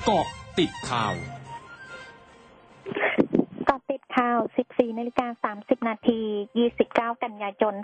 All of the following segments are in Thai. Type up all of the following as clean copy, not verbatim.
เกาะติดข่าว 14:30 น. 29 กันยายน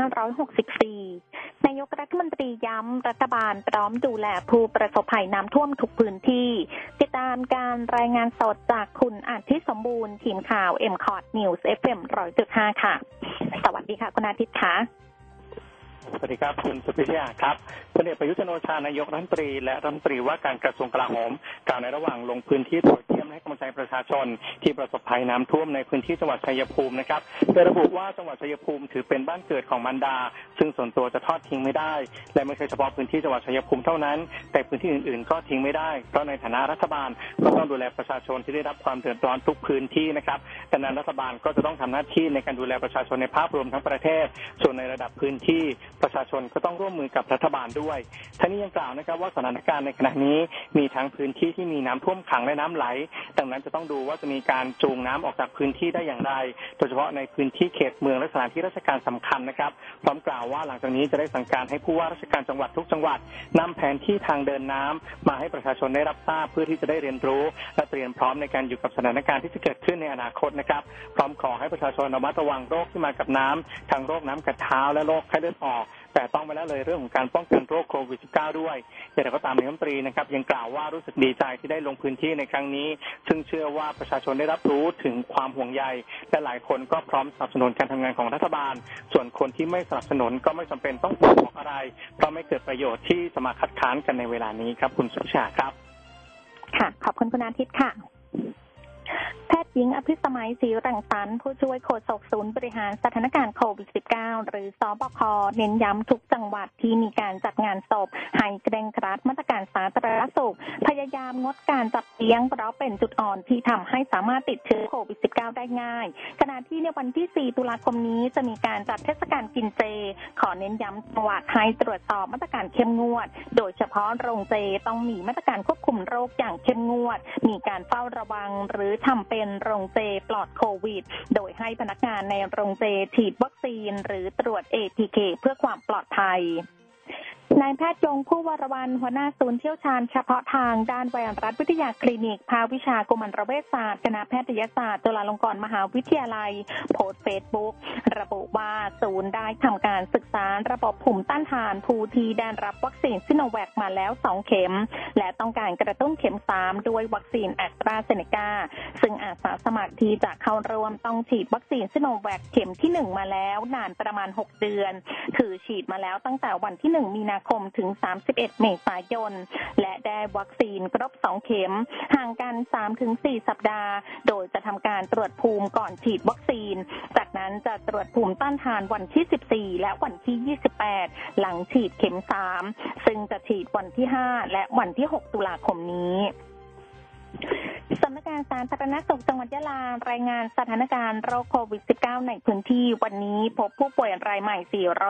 2564 นายกรัฐมนตรีย้ำรัฐบาลพร้อมดูแลผู้ประสบภัยน้ำท่วมทุกพื้นที่ติดตามการรายงานสดจากคุณอาทิตย์สมบูรณ์ทีมข่าว MCOT News FM 100.5 ค่ะสวัสดีค่ะคุณอาทิตย์ค่ะสวัสดีครับคุณสุพิชยาครับพลเอกประยุทธ์จันทร์โอชานายกรัฐมนตรีและรัฐมนตรีว่าการกระทรวงกลาโหมกล่าวในระหว่างลงพื้นที่ตรวจเยี่ยมให้กำลังใจประชาชนที่ประสบภัยน้ำท่วมในพื้นที่จังหวัดชัยภูมินะครับโดยระบุว่าจังหวัดชัยภูมิถือเป็นบ้านเกิดของมารดาซึ่งส่วนตัวจะทอดทิ้งไม่ได้และไม่ใช่เฉพาะพื้นที่จังหวัดชัยภูมิเท่านั้นแต่พื้นที่อื่นๆก็ทิ้งไม่ได้เพราะในฐานะรัฐบาลก็ต้องดูแลประชาชนที่ได้รับความเดือดร้อนทุกพื้นที่นะครับดังนั้นรัฐบาลก็จะต้องทำหน้าที่ในการดูแลประชาชนในภาพรวมทั้งประเทศส่วนในระดับพื้นที่ประชาชนก็ต้องร่วมมือกับรัฐบาลด้วยทั้งนี้ยังกล่าวนะครับว่าสถานการณ์ในขณะนี้มีทั้งพื้นที่ที่มีน้ำท่วมขังและน้ำไหลดังนั้นจะต้องดูว่าจะมีการจูงน้ำออกจากพื้นที่ได้อย่างไรโดยเฉพาะในพื้นที่เขตเมืองและสถานที่ราชการสำคัญนะครับพร้อมกล่าวว่าหลังจากนี้จะได้สั่งการให้ผู้ว่าราชการจังหวัดทุกจังหวัดนำแผนที่ทางเดินน้ำมาให้ประชาชนได้รับทราบเพื่อที่จะได้เรียนรู้และเตรียมพร้อมในการอยู่กับสถานการณ์ที่จะเกิดขึ้นในอนาคตนะครับพร้อมขอให้ประชาชนระมัดระวังโรคที่มากับน้ำทั้งโรคน้ำกัดเท้าและโรคไข้เลือดออกแต่ต้องไปแล้วเลยเรื่องของการป้องกันโรคโควิด -19 ด้วยอย่างไรก็ตามนายกรัฐมนตรีนะครับยังกล่าวว่ารู้สึกดีใจที่ได้ลงพื้นที่ในครั้งนี้ซึ่งเชื่อว่าประชาชนได้รับรู้ถึงความห่วงใยและหลายคนก็พร้อมสนับสนุนการทำงานของรัฐบาลส่วนคนที่ไม่สนับสนุนก็ไม่จำเป็นต้องบอกอะไรเพราะไม่เกิดประโยชน์ที่จะมาคัดค้านกันในเวลานี้ครับคุณสุชาครับค่ะขอบคุณคุณอาทิตย์ค่ะแพทย์หญิงอภิสมัยศรีรังสรรค์ผู้ช่วยโฆษกศูนย์บริหารสถานการณ์โควิด -19 หรือสบคเน้นย้ำทุกจังหวัดที่มีการจัดงานศพให้เคร่งครัดมาตรการสาธารณสุขพยายามงดการจัดเลี้ยงเพราะเป็นจุดอ่อนที่ทำให้สามารถติดเชื้อโควิด -19 ได้ง่ายขณะที่ในวันที่ 4 ตุลาคมนี้จะมีการจัดเทศกาลกินเจขอเน้นย้ำจังหวัดให้ตรวจสอบมาตรการเข้มงวดโดยเฉพาะโรงเจต้องมีมาตรการควบคุมโรคอย่างเข้มงวดมีการเฝ้าระวังหรือทำเป็นโรงเจปลอดโควิดโดยให้พนักงานในโรงเจฉีดวัคซีนหรือตรวจ ATK เพื่อความปลอดภัยนายแพทย์ยงผู้วรวรรณหัวหน้าศูนย์เชี่ยวชาญเฉพาะทางด้านไวรัสวิทยาคลินิกภาควิชากุมารเวชศาสตร์คณะแพทยศาสตร์จุฬาลงกรณ์มหาวิทยาลัยโพสต์เฟซบุ๊กระบุว่าศูนย์ได้ทำการศึกษาระบบภูมิต้านทานผู้ที่ได้รับวัคซีนซิโนแวคมาแล้ว2เข็มและต้องการกระตุ้นเข็ม3ด้วยวัคซีนแอสตราเซเนกาซึ่งอาสาสมัครที่จะเข้าร่วมต้องฉีดวัคซีนซิโนแวคเข็มที่1มาแล้วนานประมาณ6เดือนคือฉีดมาแล้วตั้งแต่วันที่1มีนาคมถึง31เมษายนและได้วัคซีนครบ2เข็มห่างกัน 3-4 สัปดาห์โดยจะทำการตรวจภูมิก่อนฉีดวัคซีนจากนั้นจะตรวจภูมิต้านทานวันที่14และวันที่28หลังฉีดเข็ม3ซึ่งจะฉีดวันที่5และวันที่6ตุลาคมนี้สำนักงานสาธารณสุขจังหวัดยะลารายงานสถานการณ์โรคโควิด -19 ในพื้นที่วันนี้พบผู้ป่วยรายใหม่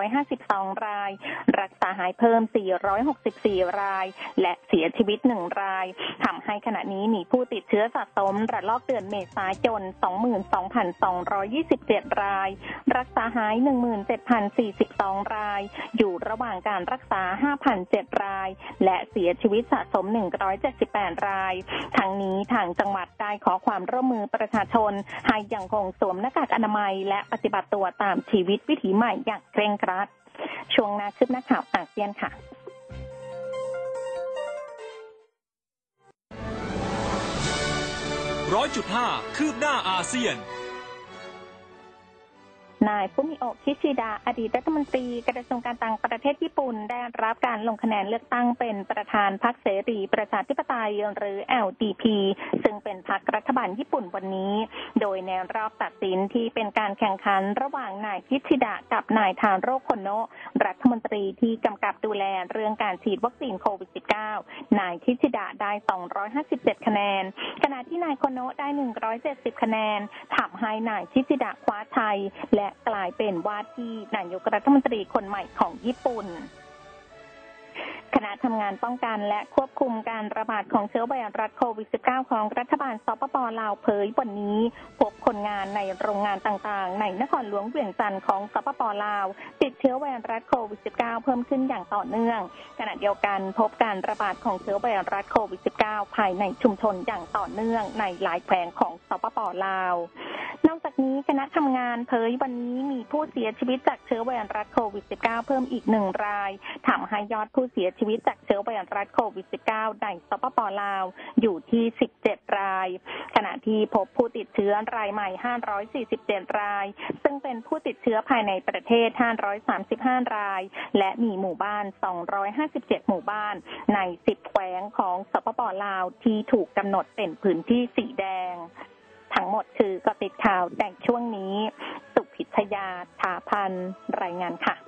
452รายรักษาหายเพิ่ม464รายและเสียชีวิต1รายทำให้ขณะนี้มีผู้ติดเชื้อสะสมระลอกเดือนเมษายน 22,227 รายรักษาหาย 17,042 รายอยู่ระหว่างการรักษา 5,007 รายและเสียชีวิตสะสม178รายทั้งนี้ทางจังหวัดได้ขอความร่วมมือประชาชนให้ยังคงสวมหน้ากากอนามัยและปฏิบัติตัวตามชีวิตวิถีใหม่อย่างเคร่งครัดช่วงหน้าคืบหน้าข่าวอาเซียนค่ะ 100.5 คืบหน้าอาเซียนนายฟุมิโอะ คิชิดะอดีตรัฐมนตรีกระทรวงการต่างประเทศญี่ปุ่นได้รับการลงคะแนนเลือกตั้งเป็นประธานพรรคเสรีประชาธิปไตยหรือ LDP ซึ่งเป็นพรรครัฐบาลญี่ปุ่นวันนี้โดยในรอบตัดสินที่เป็นการแข่งขันระหว่างนายคิชิดะกับนายทาโร่ โคโนะรัฐมนตรีที่กำกับดูแลเรื่องการฉีดวัคซีนโควิด -19 นายคิชิดะได้257คะแนนขณะที่นายโคโนะได้170คะแนนทำให้นายคิชิดะคว้าชัยและกลายเป็นว่าที่นายกรัฐมนตรีคนใหม่ของญี่ปุ่นคณะทำงานป้องกันและควบคุมการระบาดของเชื้อไวรัสโควิด -19 ของรัฐบาลสปป.ลาวเผยวันนี้พบคนงานในโรงงานต่างๆในนครหลวงเวียงจันทร์ของสปป.ลาวติดเชื้อไวรัสโควิด -19 เพิ่มขึ้นอย่างต่อเนื่องขณะเดียวกันพบการระบาดของเชื้อไวรัสโควิด -19 ภายในชุมชนอย่างต่อเนื่องในหลายแขวงของสปป.ลาวนอกจากนี้คณะทำงานเผยวันนี้มีผู้เสียชีวิตจากเชื้อไวรัสโควิด -19 เพิ่มอีก1รายทำให้ยอดผู้เสียชีวิตจากเชื้อไวรัสโควิด -19 ในสปป.ลาวอยู่ที่17รายขณะที่พบผู้ติดเชื้อรายใหม่547รายซึ่งเป็นผู้ติดเชื้อภายในประเทศ535รายและมีหมู่บ้าน257หมู่บ้านใน10แขวงของสปป.ลาวที่ถูกกำหนดเป็นพื้นที่สีแดงทั้งหมดคือเกาะติดข่าวในช่วงนี้สุพิชยา ถาพันรายงานค่ะ